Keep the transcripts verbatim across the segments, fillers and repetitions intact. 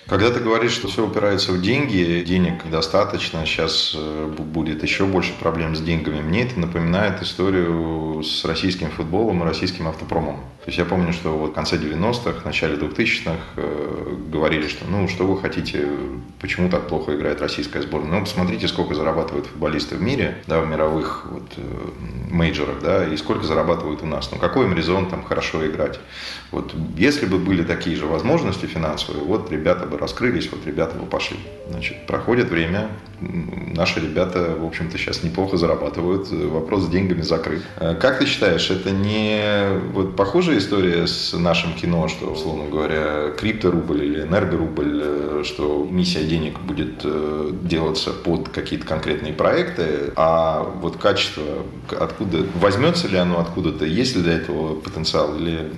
Когда ты говоришь, что все упирается в деньги, денег достаточно, сейчас будет еще больше проблем с деньгами, мне это напоминает историю с российским футболом и российским автопромом. То есть я помню, что вот в конце девяностых, в начале двухтысячных э, говорили, что ну что вы хотите, почему так плохо играет российская сборная. Ну посмотрите, сколько зарабатывают футболисты в мире, да, в мировых вот, э, мейджорах, да, и сколько зарабатывают у нас. Ну какой им резон там хорошо играть? Вот если бы были такие же возможности финансовые, вот ребята бы раскрылись, вот ребята бы пошли. Значит, проходит время, наши ребята, в общем-то, сейчас неплохо зарабатывают, вопрос с деньгами закрыт. Как ты считаешь, это не вот похожая история с нашим кино, что, условно говоря, крипторубль или энергорубль, что миссия денег будет делаться под какие-то конкретные проекты, а вот качество, откуда, возьмется ли оно откуда-то, есть ли для этого потенциал или...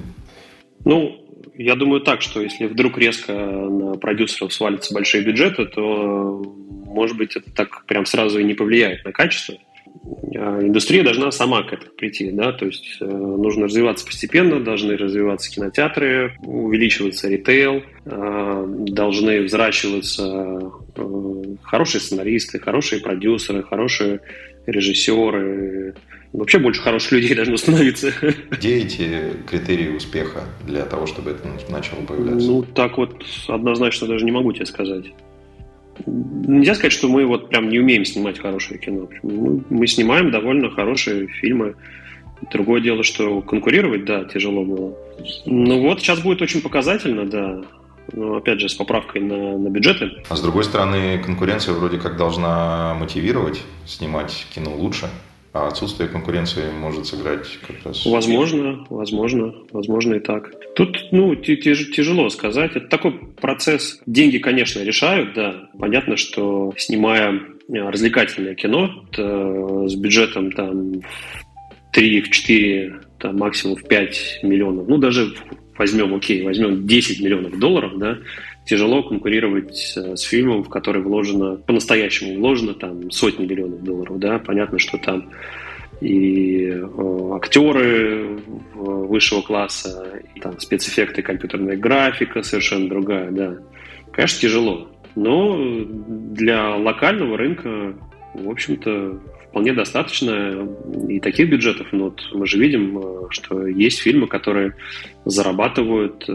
Ну, я думаю так, что если вдруг резко на продюсеров свалятся большие бюджеты, то, может быть, это так прям сразу и не повлияет на качество. Индустрия должна сама к этому прийти, да, то есть э, нужно развиваться постепенно, должны развиваться кинотеатры, увеличиваться ритейл, э, должны взращиваться э, хорошие сценаристы, хорошие продюсеры, хорошие режиссеры. Вообще больше хороших людей должно становиться. Где эти критерии успеха для того, чтобы это начало появляться? Ну, так вот однозначно даже не могу тебе сказать. Нельзя сказать, что мы вот прям не умеем снимать хорошее кино. Мы, мы снимаем довольно хорошие фильмы. Другое дело, что конкурировать, да, тяжело было. Ну вот, сейчас будет очень показательно, да. Но опять же, с поправкой на, на бюджеты. А с другой стороны, конкуренция вроде как должна мотивировать снимать кино лучше. А отсутствие конкуренции может сыграть как раз... Возможно, возможно, возможно и так. Тут, ну, тяжело сказать. Это такой процесс. Деньги, конечно, решают, да. Понятно, что снимая развлекательное кино с бюджетом там в три-четыре, там, максимум в пять миллионов, ну, даже возьмем, окей, возьмем десять миллионов долларов, да, тяжело конкурировать с фильмом, в который вложено, по-настоящему вложено там сотни миллионов долларов, да, понятно, что там и э, актеры высшего класса, и там спецэффекты, компьютерная графика совершенно другая, да. Конечно, тяжело, но для локального рынка, в общем-то, вполне достаточно и таких бюджетов. Но вот мы же видим, что есть фильмы, которые зарабатывают,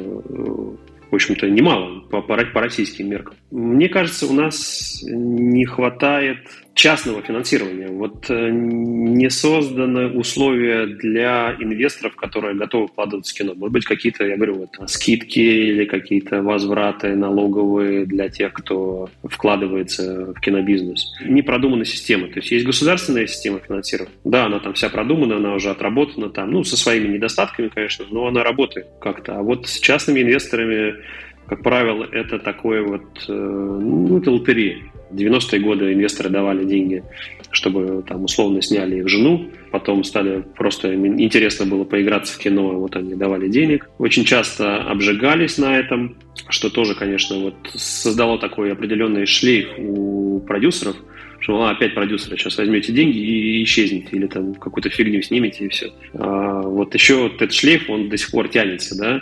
в общем-то, немало по, по, по российским меркам. Мне кажется, у нас не хватает частного финансирования. Вот не созданы условия для инвесторов, которые готовы вкладываться в кино. Может быть, какие-то, я говорю, вот, скидки или какие-то возвраты налоговые для тех, кто вкладывается в кинобизнес. Не продумана система. То есть есть государственная система финансирования. Да, она там вся продумана, она уже отработана там, ну, со своими недостатками, конечно, но она работает как-то. А вот с частными инвесторами, как правило, это такое вот, ну, это лотерея. В девяностые годы инвесторы давали деньги, чтобы там условно сняли их жену, потом стали просто интересно было поиграться в кино, вот они давали денег. Очень часто обжигались на этом, что тоже, конечно, вот создало такой определенный шлейф у продюсеров, что а, опять продюсеры, сейчас возьмете деньги и исчезнете, или там какую-то фигню снимете и все. А вот еще вот этот шлейф, он до сих пор тянется, да,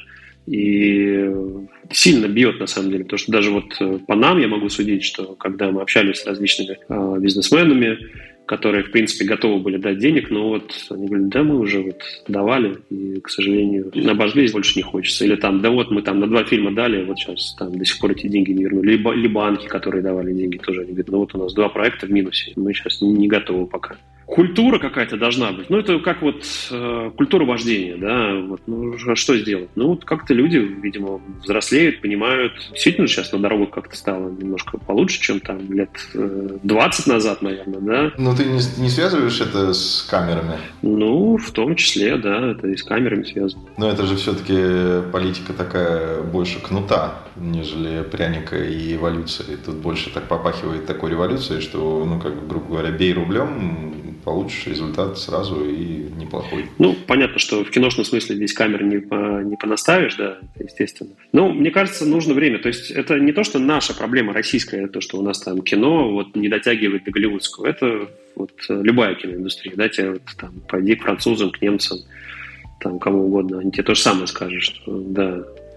и сильно бьет, на самом деле, потому что даже вот по нам я могу судить, что когда мы общались с различными э, бизнесменами, которые, в принципе, готовы были дать денег, но вот они говорят, да, мы уже вот давали, и, к сожалению, обожглись, больше не хочется. Или там, да вот мы там на два фильма дали, вот сейчас там до сих пор эти деньги не вернули. Либо, либо банки, которые давали деньги, тоже они говорят, ну вот у нас два проекта в минусе, мы сейчас не готовы пока. Культура какая-то должна быть. Ну, это как вот э, культура вождения, да, вот, ну, а что сделать? Ну, вот как-то люди, видимо, взрослеют, понимают. Действительно, сейчас на дорогах как-то стало немножко получше, чем там лет э, двадцать назад, наверное, да. Но ты не, не связываешь это с камерами? Ну, в том числе, да, это и с камерами связано. Но это же все-таки политика такая больше кнута, нежели пряника и эволюции. Тут больше так попахивает такой революцией, что, ну, как бы, грубо говоря, бей рублем, получишь результат сразу и неплохой. Ну, понятно, что в киношном смысле здесь камер не, по, не понаставишь, да, естественно. Но, мне кажется, нужно время. То есть это не то, что наша проблема российская, то, что у нас там кино вот не дотягивает до голливудского. Это вот любая киноиндустрия, да, тебе вот, там, пойди к французам, к немцам, там, кому угодно, они тебе то же самое скажут, что, да,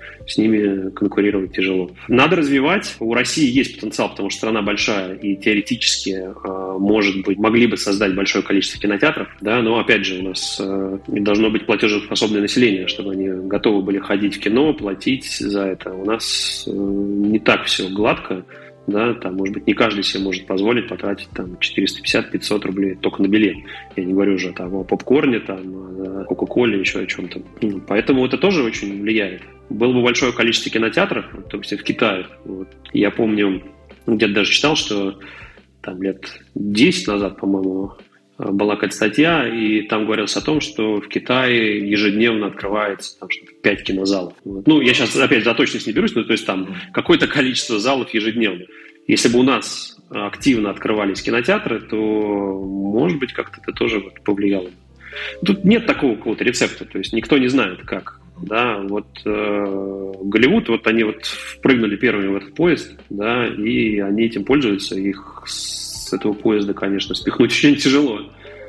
с ними конкурировать тяжело. Надо развивать. У России есть потенциал, потому что страна большая, и теоретически, может быть, могли бы создать большое количество кинотеатров, да, но, опять же, у нас не должно быть платежеспособное население, чтобы они готовы были ходить в кино, платить за это. У нас не так все гладко. Да, там, может быть, не каждый себе может позволить потратить там четыреста пятьдесят - пятьсот рублей только на билет. Я не говорю уже там, о попкорне, там, о кока-коле, еще о чем-то. Поэтому это тоже очень влияет. Было бы большое количество кинотеатров, то есть в Китае. Вот. Я помню, где-то даже читал, что там лет десять назад, по-моему, была какая-то статья, и там говорилось о том, что в Китае ежедневно открывается там, что-то пять кинозалов. Вот. Ну, я сейчас опять за точность не берусь, но то есть там какое-то количество залов ежедневно. Если бы у нас активно открывались кинотеатры, то, может быть, как-то это тоже вот повлияло. Тут нет такого какого-то рецепта, то есть никто не знает, как. Да, вот э, Голливуд, вот они вот впрыгнули первыми в этот поезд, да, и они этим пользуются, их с этого поезда, конечно, спихнуть очень тяжело.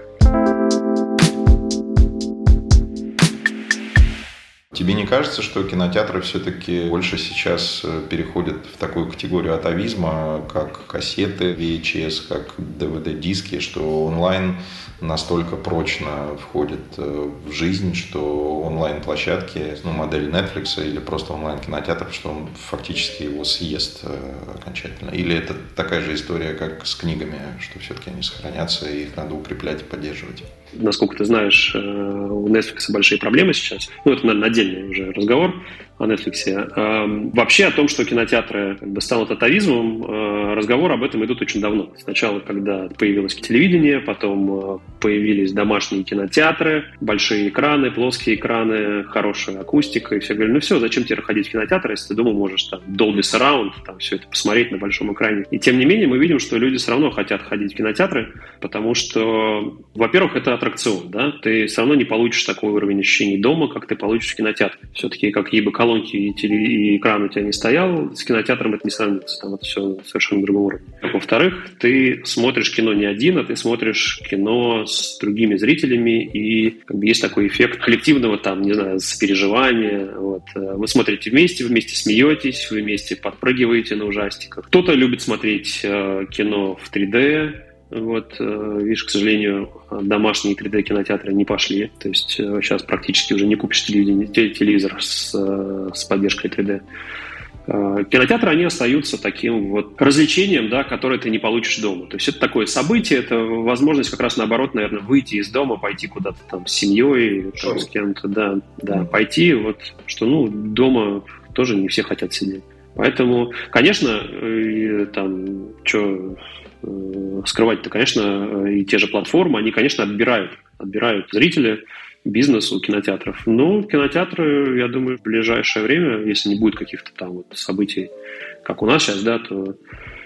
Тебе не кажется, что кинотеатры все-таки больше сейчас переходят в такую категорию атовизма, как кассеты, ви эйч эс, как ди ви ди-диски, что онлайн настолько прочно входит в жизнь, что онлайн-площадки, ну, модель Netflix или просто онлайн-кинотеатр, что он фактически его съест окончательно? Или это такая же история, как с книгами, что все-таки они сохранятся, и их надо укреплять и поддерживать? Насколько ты знаешь, у Netflix большие проблемы сейчас. Ну, это, наверное, отдельный уже разговор о Netflix. Вообще о том, что кинотеатры как бы станут атовизмом, разговор об этом идут очень давно. Сначала, когда появилось телевидение, потом появились домашние кинотеатры, большие экраны, плоские экраны, хорошая акустика, и все говорили, ну все, зачем тебе ходить в кинотеатр, если ты дома можешь там Dolby Surround, там все это посмотреть на большом экране. И тем не менее мы видим, что люди все равно хотят ходить в кинотеатры, потому что, во-первых, это аттракцион, да, ты все равно не получишь такой уровень ощущений дома, как ты получишь в кинотеатре. Все-таки какие бы колонки и, теле, и экран у тебя не стоял, с кинотеатром это не сравнится, там это все совершенно другом уровне. Во-вторых, ты смотришь кино не один, а ты смотришь кино с другими зрителями, и как бы есть такой эффект коллективного, там, не знаю, сопереживания. Вот. Вы смотрите вместе, вы вместе смеетесь, вы вместе подпрыгиваете на ужастиках. Кто-то любит смотреть э, кино в три дэ. Вот, э, видишь, к сожалению, домашние три дэ-кинотеатры не пошли. То есть э, сейчас практически уже не купишь телевидение, телевизор с, э, с поддержкой три дэ. Кинотеатры, они остаются таким вот развлечением, да, которое ты не получишь дома. То есть это такое событие, это возможность как раз наоборот, наверное, выйти из дома, пойти куда-то там с семьей, там, с кем-то, да, да, пойти, вот, что, ну, дома тоже не все хотят сидеть. Поэтому, конечно, и, там, что скрывать-то, конечно, и те же платформы, они, конечно, отбирают, отбирают зрителя, бизнес у кинотеатров. Но кинотеатры, я думаю, в ближайшее время, если не будет каких-то там вот событий, как у нас сейчас, да, то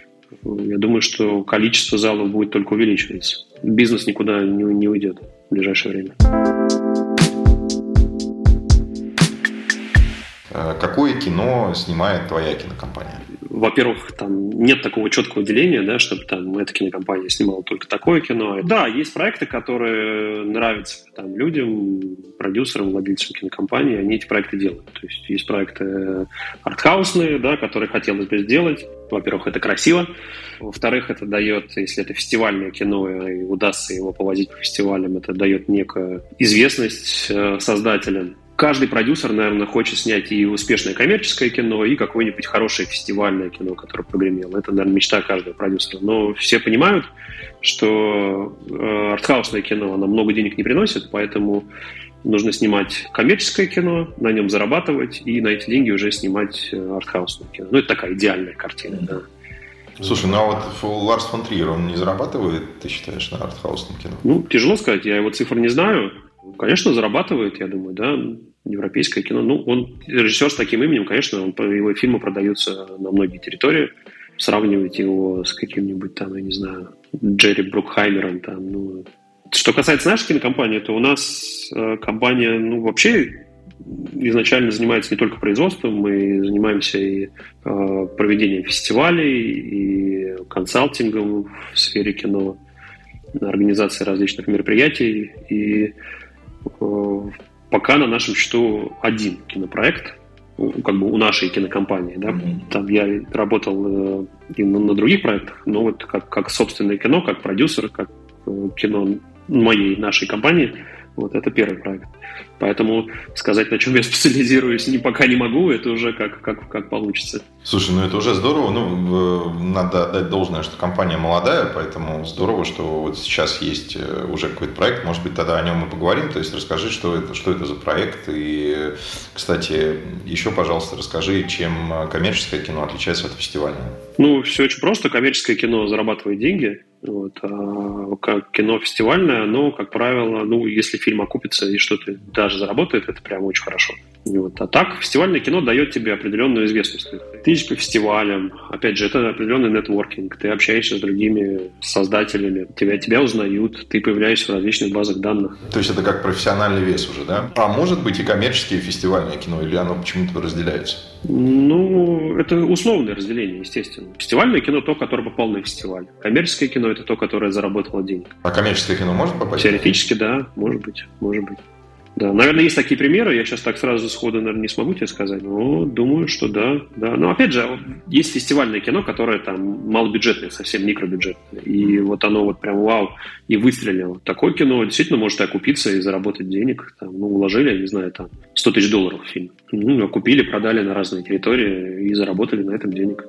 я думаю, что количество залов будет только увеличиваться. Бизнес никуда не, не уйдет в ближайшее время. Какое кино снимает твоя кинокомпания? Во-первых, там нет такого четкого деления, да, чтобы там эта кинокомпания снимала только такое кино. Да, есть проекты, которые нравятся там, людям, продюсерам, владельцам кинокомпании, они эти проекты делают. То есть есть проекты артхаусные, да, которые хотелось бы сделать. Во-первых, это красиво. Во-вторых, это дает, если это фестивальное кино и удастся его повозить по фестивалям, это дает некую известность э, создателям. Каждый продюсер, наверное, хочет снять и успешное коммерческое кино, и какое-нибудь хорошее фестивальное кино, которое прогремело. Это, наверное, мечта каждого продюсера. Но все понимают, что э, артхаусное кино, оно много денег не приносит, поэтому нужно снимать коммерческое кино, на нем зарабатывать, и на эти деньги уже снимать э, артхаусное кино. Ну, это такая идеальная картина, да. Слушай, ну а вот Ларс фон Триер, он не зарабатывает, ты считаешь, на артхаусном кино? Ну, тяжело сказать, я его цифр не знаю. Конечно, зарабатывает, я думаю, да, европейское кино. Ну, он режиссер с таким именем, конечно, он, его фильмы продаются на многие территории. Сравнивать его с каким-нибудь там, я не знаю, Джерри Брукхаймером там, ну. Что касается нашей кинокомпании, то у нас э, компания, ну, вообще изначально занимается не только производством, мы занимаемся и э, проведением фестивалей, и консалтингом в сфере кино, организацией различных мероприятий, и э, пока на нашем счету один кинопроект. как бы у нашей кинокомпании, да, mm-hmm. там я работал и на, на других проектах, но вот как, как собственное кино, как продюсер, как кино моей, нашей компании, вот это первый проект. Поэтому сказать, на чем я специализируюсь, не, пока не могу, это уже как, как, как получится. Слушай, ну это уже здорово. Ну, надо отдать должное, что компания молодая, поэтому здорово, что вот сейчас есть уже какой-то проект. Может быть, тогда о нем мы поговорим. То есть расскажи, что это, что это за проект. И, кстати, еще, пожалуйста, расскажи, чем коммерческое кино отличается от фестивального. Ну, все очень просто. Коммерческое кино зарабатывает деньги. Вот, а как кино фестивальное, оно, как правило, ну, если фильм окупится и что-то даже заработает, это прям очень хорошо. Вот. А так, фестивальное кино дает тебе определенную известность. Ты идешь по фестивалям, опять же, это определенный нетворкинг, ты общаешься с другими создателями, тебя, тебя узнают, ты появляешься в различных базах данных. То есть это как профессиональный вес уже, да? А может быть и коммерческое, и фестивальное кино, или оно почему-то разделяется? Ну, это условное разделение, естественно. Фестивальное кино то, которое попало на фестиваль. Коммерческое кино это то, которое заработало денег. А коммерческое кино может попасть? Теоретически, да, может быть, может быть. Да, наверное, есть такие примеры, я сейчас так сразу сходу, наверное, не смогу тебе сказать, но думаю, что да, да. Но опять же, есть фестивальное кино, которое там малобюджетное, совсем микробюджетное, и вот оно вот прям вау, и выстрелило. Такое кино действительно может окупиться и заработать денег, там, ну, уложили, я не знаю, там, сто тысяч долларов в фильм. Ну, купили, продали на разные территории и заработали на этом денег.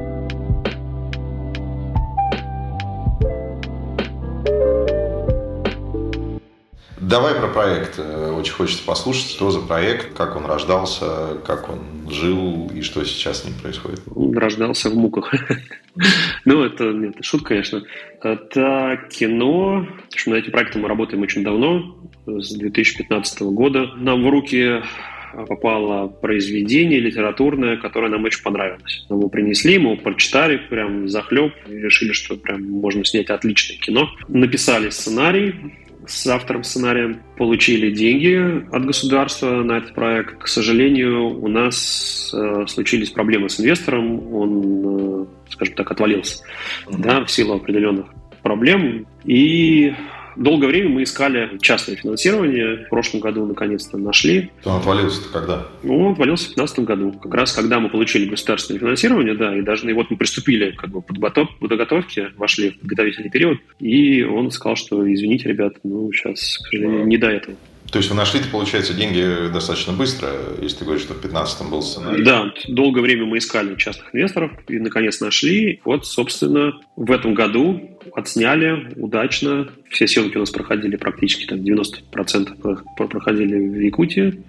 Давай про проект. Очень хочется послушать, что за проект, как он рождался, как он жил и что сейчас с ним происходит. Он рождался в муках. Ну, это нет, шутка, конечно. Это кино. Над этим проектом мы работаем очень давно, с две тысячи пятнадцатого года. Нам в руки попало произведение литературное, которое нам очень понравилось. Мы его принесли, мы его прочитали прям захлеб и решили, что прям можно снять отличное кино. Написали сценарий с автором сценария, получили деньги от государства на этот проект. К сожалению, у нас э, случились проблемы с инвестором, он, э, скажем так, отвалился, mm-hmm. да, в силу определенных проблем. И долгое время мы искали частное финансирование. В прошлом году наконец-то нашли. Он отвалился-то когда? Ну, он отвалился в две тысячи пятнадцатом году. Как раз когда мы получили государственное финансирование, да, и даже вот мы приступили как бы, к подготовке, вошли в подготовительный период, и он сказал, что извините, ребят, ну, сейчас, к сожалению, не до этого. То есть вы нашли-то, получается, деньги достаточно быстро, если ты говоришь, что в пятнадцатом был сценарий? Да, долгое время мы искали частных инвесторов и, наконец, нашли. Вот, собственно, в этом году отсняли удачно. Все съемки у нас проходили практически, там, девяносто процентов проходили в Якутии.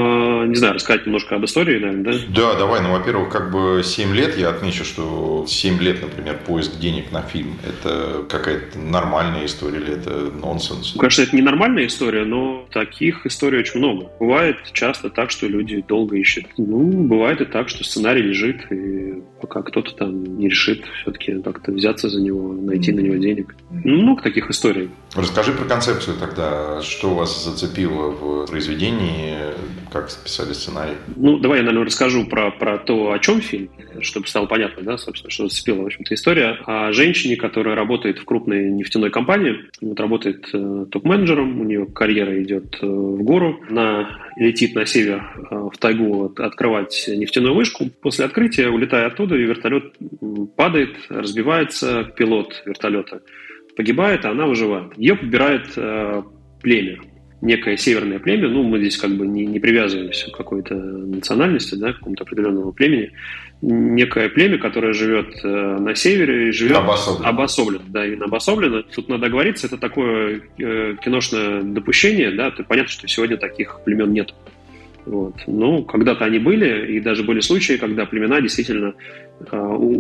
Не знаю, рассказать немножко об истории, наверное, да? Да, давай. Ну, во-первых, как бы семь лет, я отмечу, что семь лет, например, поиск денег на фильм, это какая-то нормальная история или это нонсенс? Ну, конечно, это не нормальная история, но таких историй очень много. Бывает часто так, что люди долго ищут. Ну, бывает и так, что сценарий лежит, и пока кто-то там не решит все-таки как-то взяться за него, найти на него денег. Ну, много таких историй. Расскажи про концепцию тогда. Что вас зацепило в произведении? Как писали сценарий? Ну, давай я, наверное, расскажу про, про то, о чем фильм, чтобы стало понятно, да, собственно, что зацепила, в общем-то, история о женщине, которая работает в крупной нефтяной компании, вот, работает э, топ-менеджером, у нее карьера идет э, в гору, она летит на север э, в тайгу от, открывать нефтяную вышку. После открытия, улетая оттуда, вертолет падает, разбивается, пилот вертолета погибает, а она выживает. Ее подбирает э, племя. Некое северное племя, ну, мы здесь как бы не, не привязываемся к какой-то национальности, да, к какому-то определенному племени. Некое племя, которое живет э, на севере и живет обособленно. обособленно, да, именно обособленно. Тут надо оговориться, это такое э, киношное допущение, да, то понятно, что сегодня таких племен нет. Вот. Ну, когда-то они были, и даже были случаи, когда племена действительно э,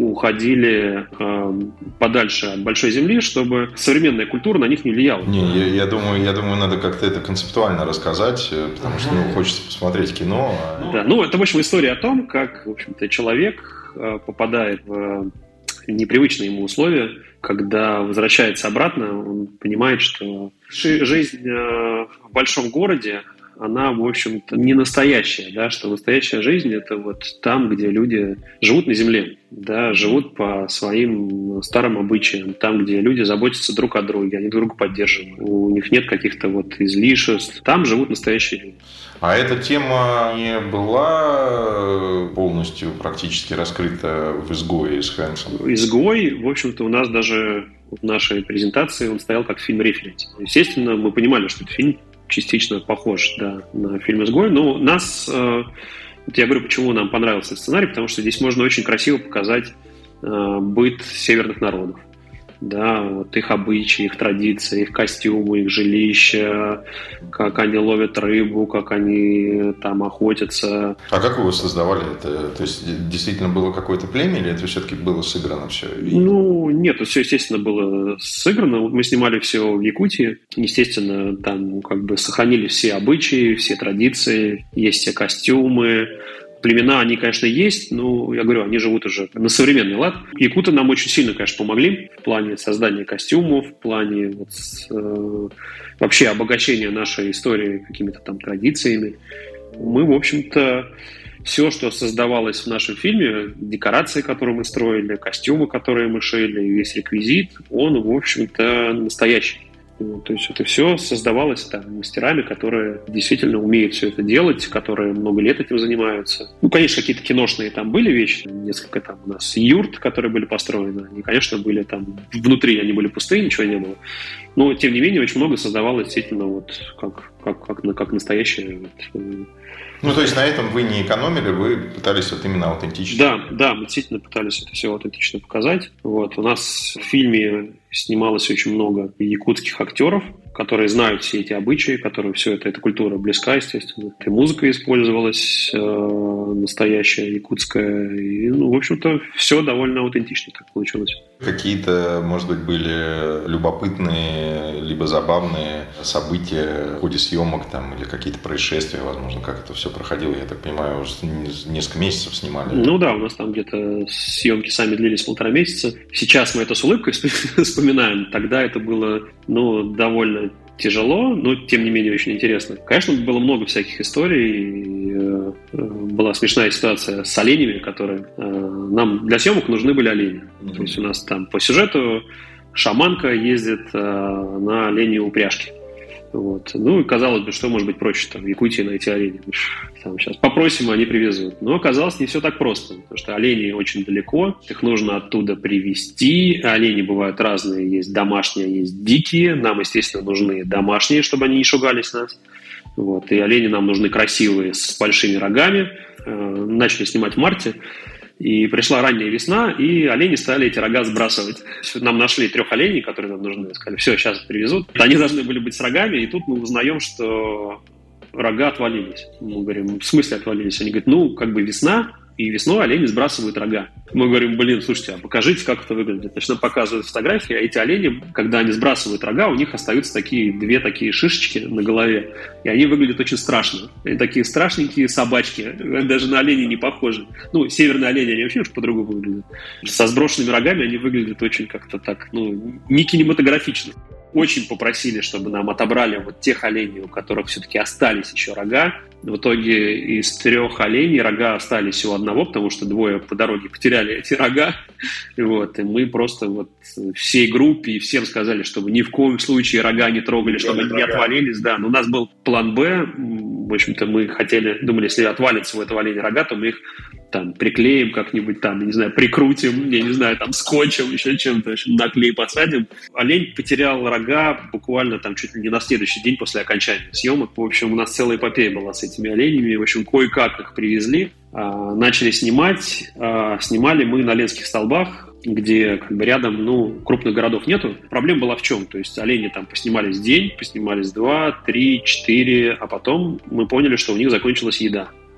уходили э, подальше от большой земли, чтобы современная культура на них не влияла. Не, я, я думаю, я думаю, надо как-то это концептуально рассказать, потому что ну, хочется посмотреть кино. А... Да, ну, это, в общем, история о том, как, в общем-то, человек э, попадает в непривычные ему условия, когда возвращается обратно, он понимает, что жизнь э, в большом городе она, в общем-то, не настоящая, да, что настоящая жизнь – это вот там, где люди живут на земле, да, живут по своим старым обычаям, там, где люди заботятся друг о друге, они друг друга поддерживают, у них нет каких-то вот излишеств, там живут настоящие люди. А эта тема не была полностью практически раскрыта в «Изгое» с Хэнксом? «Изгой», в общем-то, у нас даже в нашей презентации он стоял как фильм-референс. Естественно, мы понимали, что этот фильм частично похож, да, на фильм «Изгой», но нас, э, я говорю, почему нам понравился сценарий, потому что здесь можно очень красиво показать э, быт северных народов. Да, вот их обычаи, их традиции, их костюмы, их жилища, как они ловят рыбу, как они там охотятся. А как вы его создавали? Это, то есть, действительно было какое-то племя, или это все-таки было сыграно все? Ну, нет, это все, естественно, было сыграно. Мы снимали все в Якутии. Естественно, там как бы сохранили все обычаи, все традиции, есть все костюмы. Племена, они, конечно, есть, но, я говорю, они живут уже на современный лад. Якуты нам очень сильно, конечно, помогли в плане создания костюмов, в плане вот, э, вообще обогащения нашей истории какими-то там традициями. Мы, в общем-то, все, что создавалось в нашем фильме, декорации, которые мы строили, костюмы, которые мы шили, весь реквизит, он, в общем-то, настоящий. То есть это все создавалось там мастерами, которые действительно умеют все это делать, которые много лет этим занимаются. Ну, конечно, какие-то киношные там были вещи, несколько там у нас юрт, которые были построены, они, конечно, были там внутри, они были пустые, ничего не было. Но, тем не менее, очень много создавалось действительно вот как, как, как, как настоящее. Вот. Ну, то есть на этом вы не экономили, вы пытались вот именно аутентично. Да, да, мы действительно пытались это все аутентично показать. Вот. У нас в фильме снималось очень много якутских актеров, которые знают все эти обычаи, которые все это, эта культура близка, естественно. И музыка использовалась, э, настоящая якутская. И, ну, в общем-то, все довольно аутентично так получилось. Какие-то, может быть, были любопытные, либо забавные события в ходе съемок там, или какие-то происшествия, возможно, как это все проходило, я так понимаю, уже несколько месяцев снимали. Ну да, у нас там где-то съемки сами длились полтора месяца. Сейчас мы это с улыбкой вспоминаем. Тогда это было, ну, довольно тяжело, но, тем не менее, очень интересно. Конечно, было много всяких историй. Э, была смешная ситуация с оленями, которые... Э, нам для съемок нужны были олени. Mm-hmm. То есть у нас там по сюжету шаманка ездит э, на оленей упряжке. Вот. Ну, и казалось бы, что может быть проще там, в Якутии найти оленей. Там, сейчас попросим, они привезут. Но оказалось не все так просто, потому что олени очень далеко, их нужно оттуда привезти. Олени бывают разные, есть домашние, есть дикие. Нам, естественно, нужны домашние, чтобы они не шугались нас. Вот. И олени нам нужны красивые, с большими рогами. Начали снимать в марте. И пришла ранняя весна, и олени стали эти рога сбрасывать. Нам нашли трех оленей, которые нам нужны. Сказали, все, сейчас привезут. Они должны были быть с рогами, и тут мы узнаем, что рога отвалились. Мы говорим, в смысле отвалились? Они говорят, ну, как бы весна, и весной олени сбрасывают рога. Мы говорим, блин, слушайте, а покажите, как это выглядит. Значит, нам показывают фотографии, а эти олени, когда они сбрасывают рога, у них остаются такие, две такие шишечки на голове, и они выглядят очень страшно. Они такие страшненькие собачки, даже на оленей не похожи. Ну, северные олени, они вообще уж по-другому выглядят. Со сброшенными рогами они выглядят очень как-то так, ну, не кинематографично. Очень попросили, чтобы нам отобрали вот тех оленей, у которых все-таки остались еще рога. В итоге из трех оленей рога остались у одного, потому что двое по дороге потеряли эти рога. Вот. И мы просто вот всей группе и всем сказали, чтобы ни в коем случае рога не трогали, чтобы они не отвалились. Да. Но у нас был план «Б». В общем-то, мы хотели, думали, если отвалится у этого оленя рога, то мы их там приклеим как-нибудь там, не знаю, прикрутим, я не знаю, там скотчем, еще чем-то, на клей посадим. Олень потерял рога буквально там чуть ли не на следующий день после окончания съемок. В общем, у нас целая эпопея была с этими оленями. В общем, кое-как их привезли, начали снимать. Снимали мы на Ленских столбах, где как бы рядом, ну, крупных городов нету. Проблема была в чем? То есть олени там поснимались день, поснимались два, три, четыре, а потом мы поняли, что у них закончилась еда.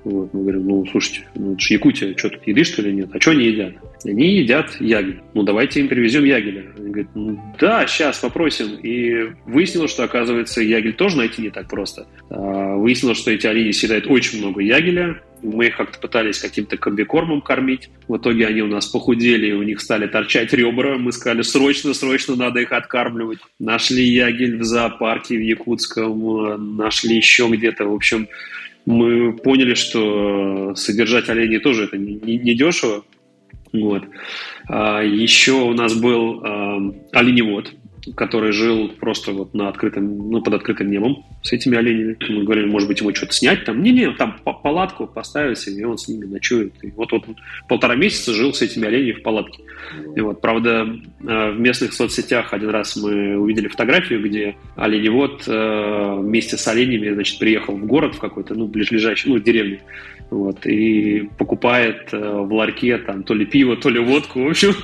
Вот, мы говорим, ну, слушайте, ну, это же Якутия, что тут, еды, что ли, нет? А что они едят? Они едят ягель. Ну, давайте им привезем ягеля. Они говорят, ну, да, сейчас попросим. И выяснилось, что, оказывается, ягель тоже найти не так просто. А, выяснилось, что эти олени съедают очень много ягеля. Мы их как-то пытались каким-то комбикормом кормить. В итоге они у нас похудели, и у них стали торчать ребра. Мы сказали, срочно, срочно надо их откармливать. Нашли ягель в зоопарке в Якутском, нашли еще где-то. В общем, мы поняли, что содержать оленей тоже это не, не, не дешево. Вот. А еще у нас был а, оленевод, который жил просто вот на открытом, ну, под открытым небом с этими оленями. Мы говорили, может быть, ему что-то снять там. Не-не, там палатку поставить себе, и он с ними ночует. И вот, вот полтора месяца жил с этими оленями в палатке. И вот, правда, в местных соцсетях один раз мы увидели фотографию, где оленевод вместе с оленями, значит, приехал в город в какой-то, ну, ближайший, ну, деревню. Вот, и покупает в ларьке там то ли пиво, то ли водку, в общем.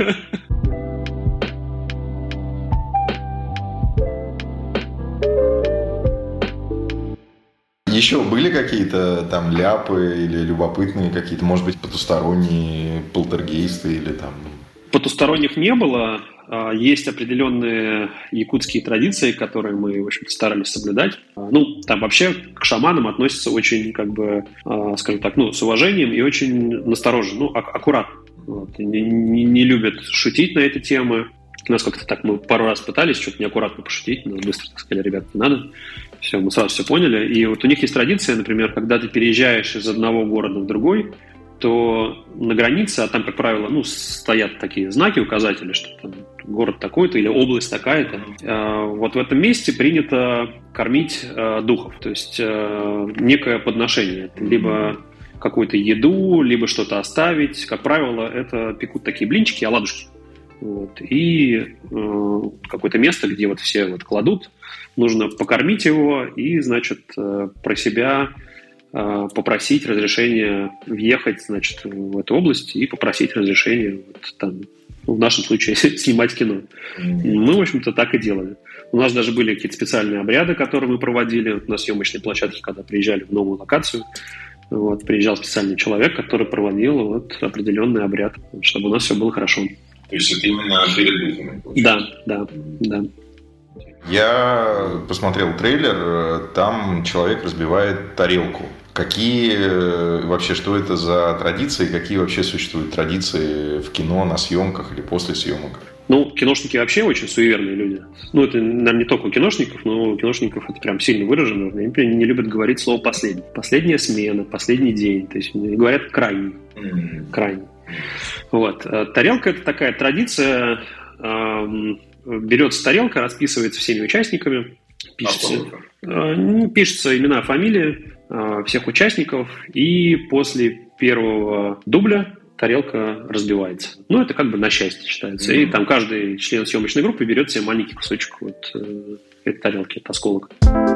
Еще были какие-то там ляпы или любопытные какие-то, может быть, потусторонние полтергейсты или там... Потусторонних не было. Есть определенные якутские традиции, которые мы, в общем-то, старались соблюдать. Ну, там вообще к шаманам относятся очень, как бы, скажем так, ну, с уважением и очень настороженно, ну, ак- аккуратно. Вот. Не, не, не любят шутить на эти темы. У нас как-то так мы пару раз пытались что-то неаккуратно пошутить, но быстро сказали, ребят, не надо. Все, мы сразу все поняли. И вот у них есть традиция, например, когда ты переезжаешь из одного города в другой, то на границе, а там, как правило, ну, стоят такие знаки, указатели, что там город такой-то или область такая-то. Вот в этом месте принято кормить духов, то есть некое подношение. Либо какую-то еду, либо что-то оставить. Как правило, это пекут такие блинчики, оладушки. Вот. И э, какое-то место, где вот все вот кладут, нужно покормить его и, значит, э, про себя э, попросить разрешения въехать, значит, в эту область и попросить разрешения, вот, там, в нашем случае, снимать кино. Mm-hmm. Мы, в общем-то, так и делали. У нас даже были какие-то специальные обряды, которые мы проводили на съемочной площадке, когда приезжали в новую локацию. Вот, приезжал специальный человек, который проводил вот, определенный обряд, чтобы у нас все было хорошо. То есть это именно перед духами? Да, да, да. Я посмотрел трейлер, там человек разбивает тарелку. Какие вообще, что это за традиции, какие вообще существуют традиции в кино, на съемках или после съемок? Ну, киношники вообще очень суеверные люди. Ну, это, наверное, не только у киношников, но у киношников это прям сильно выражено. Они, например, не любят говорить слово «последний». Последняя смена, последний день. То есть говорят «крайний». Mm-hmm. Крайний. Вот. Тарелка – это такая традиция. Берется тарелка, расписывается всеми участниками. Пишется, а пишется имена, фамилии всех участников. И после первого дубля тарелка разбивается. Ну, это как бы на счастье считается. Mm-hmm. И там каждый член съемочной группы берет себе маленький кусочек вот э, этой тарелки, от осколок.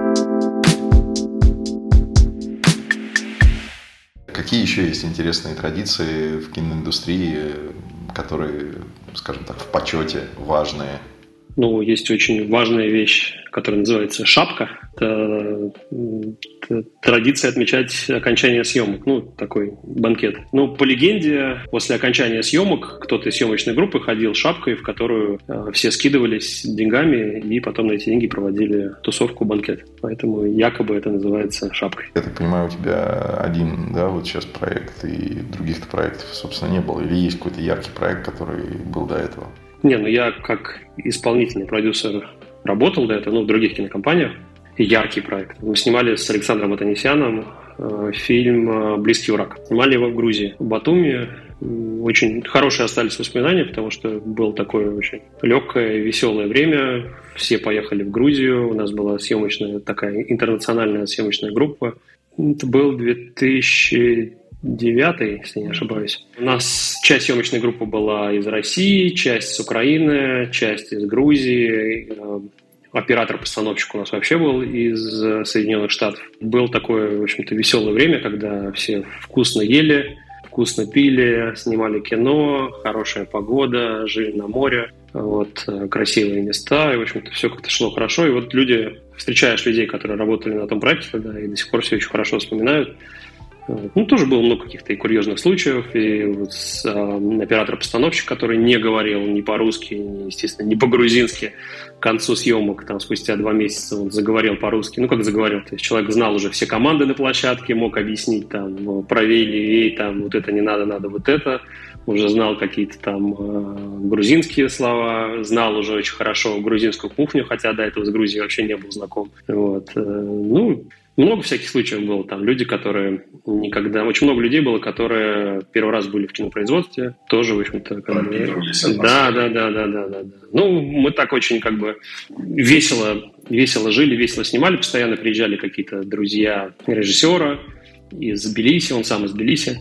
Какие еще есть интересные традиции в киноиндустрии, которые, скажем так, в почете, важные? Ну, есть очень важная вещь, которая называется шапка. Это, это традиция отмечать окончание съемок. Ну, такой банкет. Ну, по легенде, после окончания съемок кто-то из съемочной группы ходил шапкой, в которую э, все скидывались деньгами, и потом на эти деньги проводили тусовку, банкет. Поэтому якобы это называется шапкой. Я так понимаю, у тебя один, да, вот сейчас проект, и других-то проектов, собственно, не было? Или есть какой-то яркий проект, который был до этого? Не, ну я как исполнительный продюсер работал до этого, ну, в других кинокомпаниях. Яркий проект. Мы снимали с Александром Атанасяном э, фильм «Близкий враг». Снимали его в Грузии, в Батуми. Очень хорошие остались воспоминания, потому что было такое очень легкое, веселое время. Все поехали в Грузию. У нас была съемочная, такая интернациональная съемочная группа. Это был две тысячи девятый, если не ошибаюсь. У нас часть съемочной группы была из России, часть с Украины, часть из Грузии. Оператор-постановщик у нас вообще был из Соединенных Штатов. Было такое, в общем-то, веселое время, когда все вкусно ели, вкусно пили, снимали кино, хорошая погода, жили на море, вот, красивые места, и, в общем-то, все как-то шло хорошо. И вот люди, встречаешь людей, которые работали на том проекте тогда, и до сих пор все очень хорошо вспоминают. Ну, тоже было много каких-то и курьезных случаев, и вот с, э, оператор-постановщик, который не говорил ни по-русски, ни, естественно, ни по-грузински, к концу съемок, там, спустя два месяца он заговорил по-русски. Ну, как заговорил? То есть человек знал уже все команды на площадке, мог объяснить, там, правее, левее, там, вот это не надо, надо вот это. Уже знал какие-то там э, грузинские слова, знал уже очень хорошо грузинскую кухню, хотя до этого с Грузией вообще не был знаком. Вот. Э, ну, много всяких случаев было. Там люди, которые никогда... Очень много людей было, которые первый раз были в кинопроизводстве. Тоже, в общем-то... Как бы... Да, да, да, да, да, да. Ну, мы так очень как бы весело, весело жили, весело снимали. Постоянно приезжали какие-то друзья режиссера из Тбилиси, он сам из Тбилиси.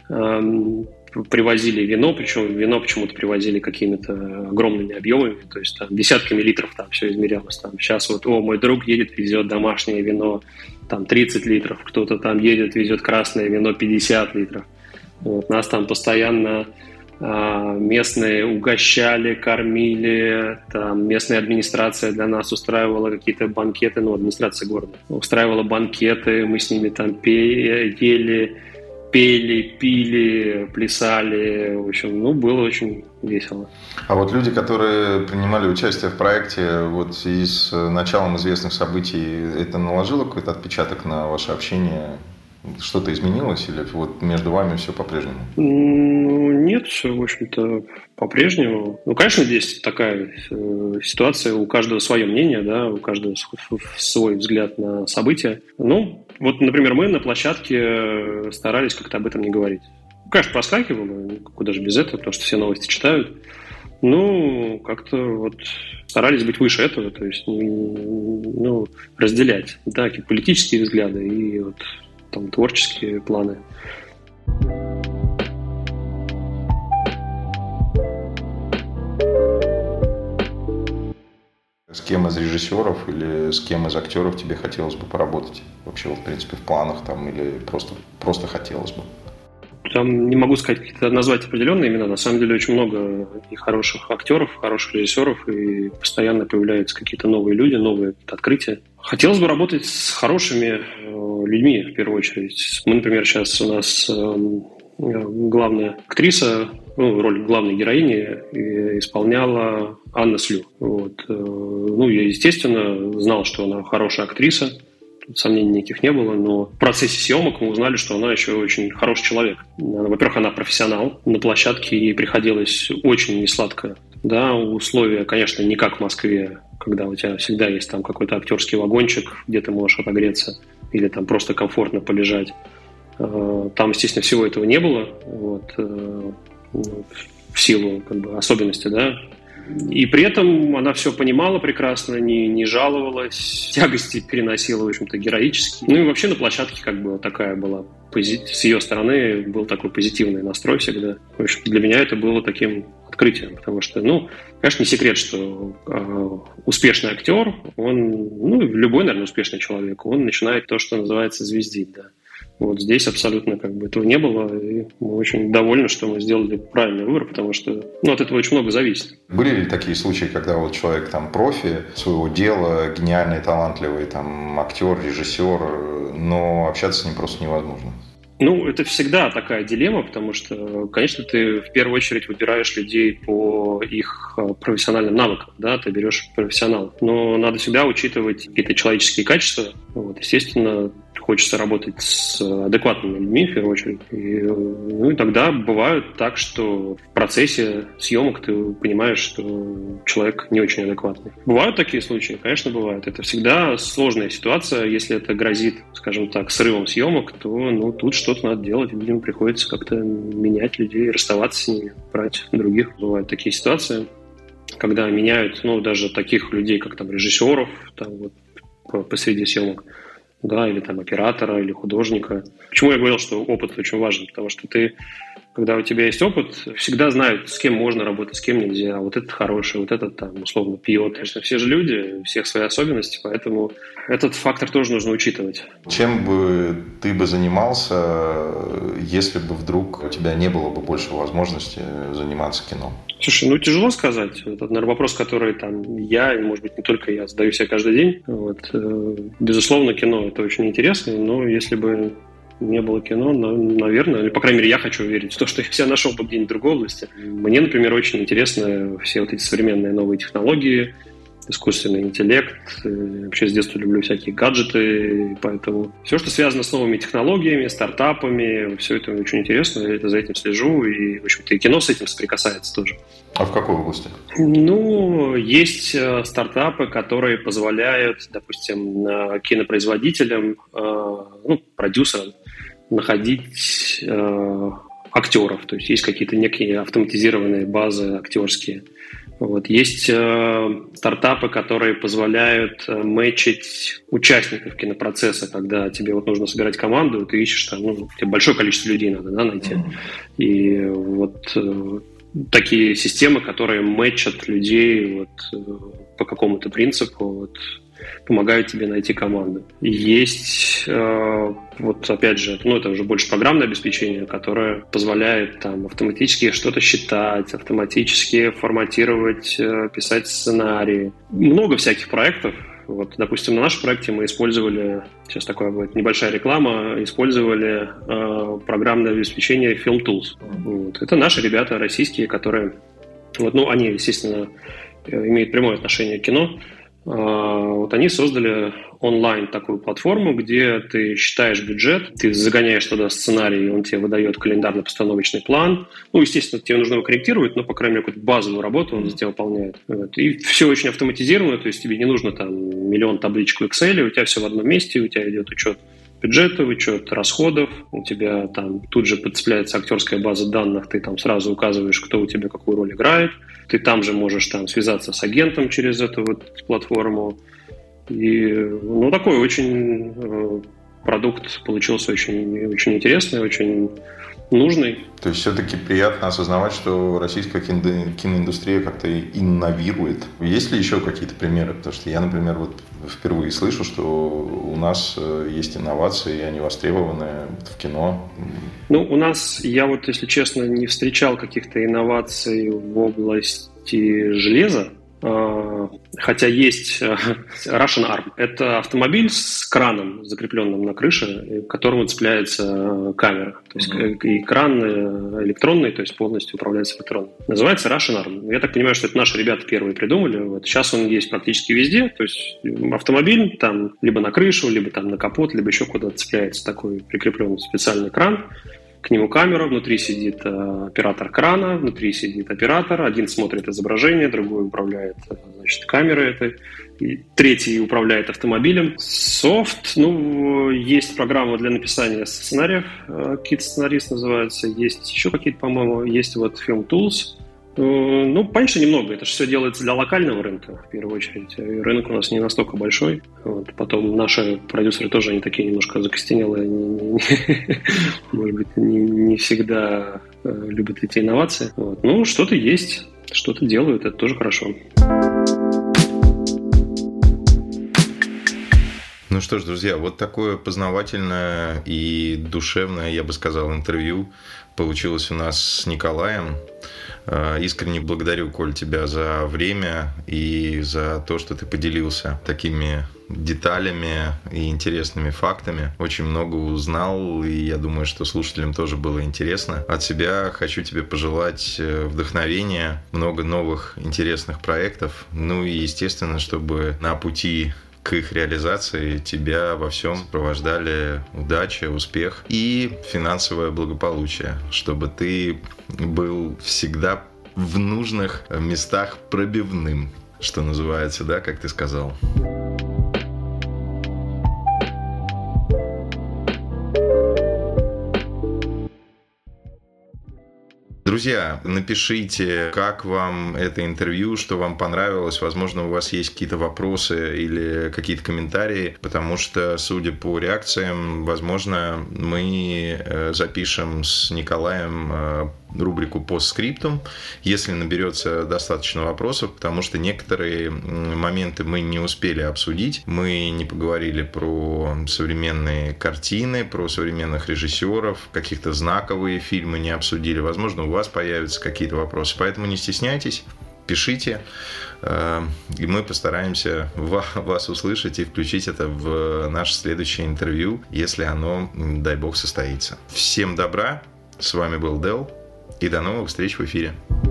Привозили вино, причем вино почему-то привозили какими-то огромными объемами, то есть там десятками литров там все измерялось. Там сейчас вот, о, мой друг едет, везет домашнее вино, там тридцать литров, кто-то там едет, везет красное вино пятьдесят литров. Вот, нас там постоянно а, местные угощали, кормили, там местная администрация для нас устраивала какие-то банкеты, ну, администрация города устраивала банкеты, мы с ними там пе- ели, пели, пили, плясали. В общем, ну, было очень весело. А вот люди, которые принимали участие в проекте, вот в связи с началом известных событий, это наложило какой-то отпечаток на ваше общение? Что-то изменилось или вот между вами все по-прежнему? Ну, нет, все, в общем-то, по-прежнему. Ну, конечно, здесь такая э, ситуация, у каждого свое мнение, да, у каждого свой взгляд на события. Ну, вот, например, мы на площадке старались как-то об этом не говорить. Конечно, проскакивало, куда же без этого, потому что все новости читают. Ну, как-то вот старались быть выше этого, то есть, ну, разделять, да, какие-то политические взгляды и вот там творческие планы. С кем из режиссеров или с кем из актеров тебе хотелось бы поработать? Вообще, вот, в принципе, в планах там или просто, просто хотелось бы? Там не могу сказать, какие-то назвать определенные имена. На самом деле очень много и хороших актеров, хороших режиссеров, и постоянно появляются какие-то новые люди, новые открытия. Хотелось бы работать с хорошими э, людьми, в первую очередь. Мы, например, сейчас у нас э, главная актриса, ну, роль главной героини исполняла Анна Слю. Вот. Ну, я, естественно, знал, что она хорошая актриса. Тут сомнений никаких не было, но в процессе съемок мы узнали, что она еще очень хороший человек. Во-первых, она профессионал. На площадке ей приходилось очень несладко. Да, условия, конечно, не как в Москве, когда у тебя всегда есть там какой-то актерский вагончик, где ты можешь отогреться или там просто комфортно полежать. Там, естественно, всего этого не было, вот, в силу как бы особенностей, да. И при этом она все понимала прекрасно, не, не жаловалась, тягости переносила, в общем-то, героически. Ну и вообще на площадке как бы такая была, с ее стороны был такой позитивный настрой всегда. В общем, для меня это было таким открытием, потому что, ну, конечно, не секрет, что э, успешный актер, он, ну, любой, наверное, успешный человек, он начинает то, что называется звездить, да. Вот здесь абсолютно как бы этого не было, и мы очень довольны, что мы сделали правильный выбор, потому что, ну, от этого очень много зависит. Были ли такие случаи, когда вот человек там профи своего дела, гениальный, талантливый там актер, режиссер, но общаться с ним просто невозможно? Ну, это всегда такая дилемма, потому что, конечно, ты в первую очередь выбираешь людей по их профессиональным навыкам, да, ты берешь профессионалов, но надо всегда учитывать какие-то человеческие качества. Вот, естественно, хочется работать с адекватными людьми, в первую очередь. И, ну, и тогда бывает так, что в процессе съемок ты понимаешь, что человек не очень адекватный. Бывают такие случаи? Конечно, бывают. Это всегда сложная ситуация. Если это грозит, скажем так, срывом съемок, то, ну, тут что-то надо делать. Видимо, приходится как-то менять людей, расставаться с ними, брать других. Бывают такие ситуации, когда меняют, ну, даже таких людей, как там режиссеров, там вот посреди съемок, да, или там оператора, или художника. Почему я говорил, что опыт очень важен? Потому что ты, когда у тебя есть опыт, всегда знают, с кем можно работать, с кем нельзя. Вот этот хороший, вот этот там условно пьет. Конечно, все же люди, у всех свои особенности, поэтому этот фактор тоже нужно учитывать. Чем бы ты бы занимался, если бы вдруг у тебя не было бы больше возможности заниматься кино? Слушай, ну тяжело сказать. Это, наверное, вопрос, который там я, и, может быть, не только я, задаю себе каждый день. Вот. Безусловно, кино – это очень интересно, но если бы не было кино, но, наверное, или, по крайней мере, я хочу верить в то, что я себя нашел бы где-нибудь в другой области. Мне, например, очень интересны все вот эти современные новые технологии, искусственный интеллект. Вообще с детства люблю всякие гаджеты, поэтому все, что связано с новыми технологиями, стартапами, все это очень интересно, я за этим слежу, и, в общем-то, и кино с этим соприкасается тоже. А в какой области? Ну, есть стартапы, которые позволяют, допустим, кинопроизводителям, ну, продюсерам находить актеров, то есть есть какие-то некие автоматизированные базы актерские. Вот. Есть э, стартапы, которые позволяют э, мэчить участников кинопроцесса, когда тебе вот нужно собирать команду, ты ищешь там, ну, тебе большое количество людей надо, да, найти. И вот э, такие системы, которые мэчат людей вот, э, по какому-то принципу, вот, помогают тебе найти команду. Есть, э, вот опять же, ну это уже больше программное обеспечение, которое позволяет там автоматически что-то считать, автоматически форматировать, э, писать сценарии. Много всяких проектов. Вот, допустим, на нашем проекте мы использовали, сейчас такая будет небольшая реклама, использовали э, программное обеспечение Film Tools. Вот. Это наши ребята российские, которые, вот, ну, они, естественно, имеют прямое отношение к кино. Вот они создали онлайн такую платформу, где ты считаешь бюджет, ты загоняешь туда сценарий, он тебе выдает календарно-постановочный план. Ну, естественно, тебе нужно его корректировать, но, по крайней мере, какую-то базовую работу он за тебя выполняет. Вот. И все очень автоматизировано, то есть тебе не нужно там миллион табличек в Excel, у тебя все в одном месте, у тебя идет учет бюджета, учет расходов, у тебя там тут же подцепляется актерская база данных, ты там сразу указываешь, кто у тебя какую роль играет, ты там же можешь там связаться с агентом через эту вот платформу. И, ну, такой очень э, продукт получился очень, очень интересный, очень нужный. То есть все-таки приятно осознавать, что российская кино- киноиндустрия как-то инновирует. Есть ли еще какие-то примеры? Потому что я, например, вот впервые слышу, что у нас есть инновации, и они востребованы в кино. Ну, у нас, я вот, если честно, не встречал каких-то инноваций в области железа. Хотя есть Russian Arm. Это автомобиль с краном, закрепленным на крыше, к которому цепляется камера. То есть mm-hmm. экран электронный, то есть полностью управляется электронно. Называется Russian Arm. Я так понимаю, что это наши ребята первые придумали. Вот. Сейчас он есть практически везде. То есть автомобиль там либо на крышу, либо там на капот, либо еще куда-то цепляется такой прикрепленный специальный кран. К нему камера, внутри сидит э, оператор крана, внутри сидит оператор, один смотрит изображение, другой управляет, значит, камерой этой, и третий управляет автомобилем. Софт, ну, есть программа для написания сценариев, э, Kit-сценарист называется, есть еще какие-то, по-моему, есть вот Film Tools. Ну, поменьше немного. Это же все делается для локального рынка, в первую очередь. И рынок у нас не настолько большой. Вот. Потом наши продюсеры тоже, они такие немножко закостенелые. Они, не, не, может быть, не, не всегда э, любят эти инновации. Вот. Ну, что-то есть, что-то делают. Это тоже хорошо. Ну что ж, друзья, вот такое познавательное и душевное, я бы сказал, интервью получилось у нас с Николаем. Искренне благодарю, Коль, тебя за время и за то, что ты поделился такими деталями и интересными фактами. Очень много узнал, и я думаю, что слушателям тоже было интересно. От себя хочу тебе пожелать вдохновения, много новых интересных проектов, ну и, естественно, чтобы на пути к их реализации тебя во всем сопровождали удача, успех и финансовое благополучие, чтобы ты был всегда в нужных местах пробивным, что называется, да, как ты сказал. Друзья, напишите, как вам это интервью, что вам понравилось. Возможно, у вас есть какие-то вопросы или какие-то комментарии, потому что, судя по реакциям, возможно, мы запишем с Николаем рубрику «Постскриптум», если наберется достаточно вопросов, потому что некоторые моменты мы не успели обсудить. Мы не поговорили про современные картины, про современных режиссеров, каких-то знаковые фильмы не обсудили. Возможно, у вас появятся какие-то вопросы, поэтому не стесняйтесь. пишите, и мы постараемся вас услышать и включить это в наше следующее интервью, если оно, дай бог, состоится. Всем добра, с вами был Дэл, и до новых встреч в эфире.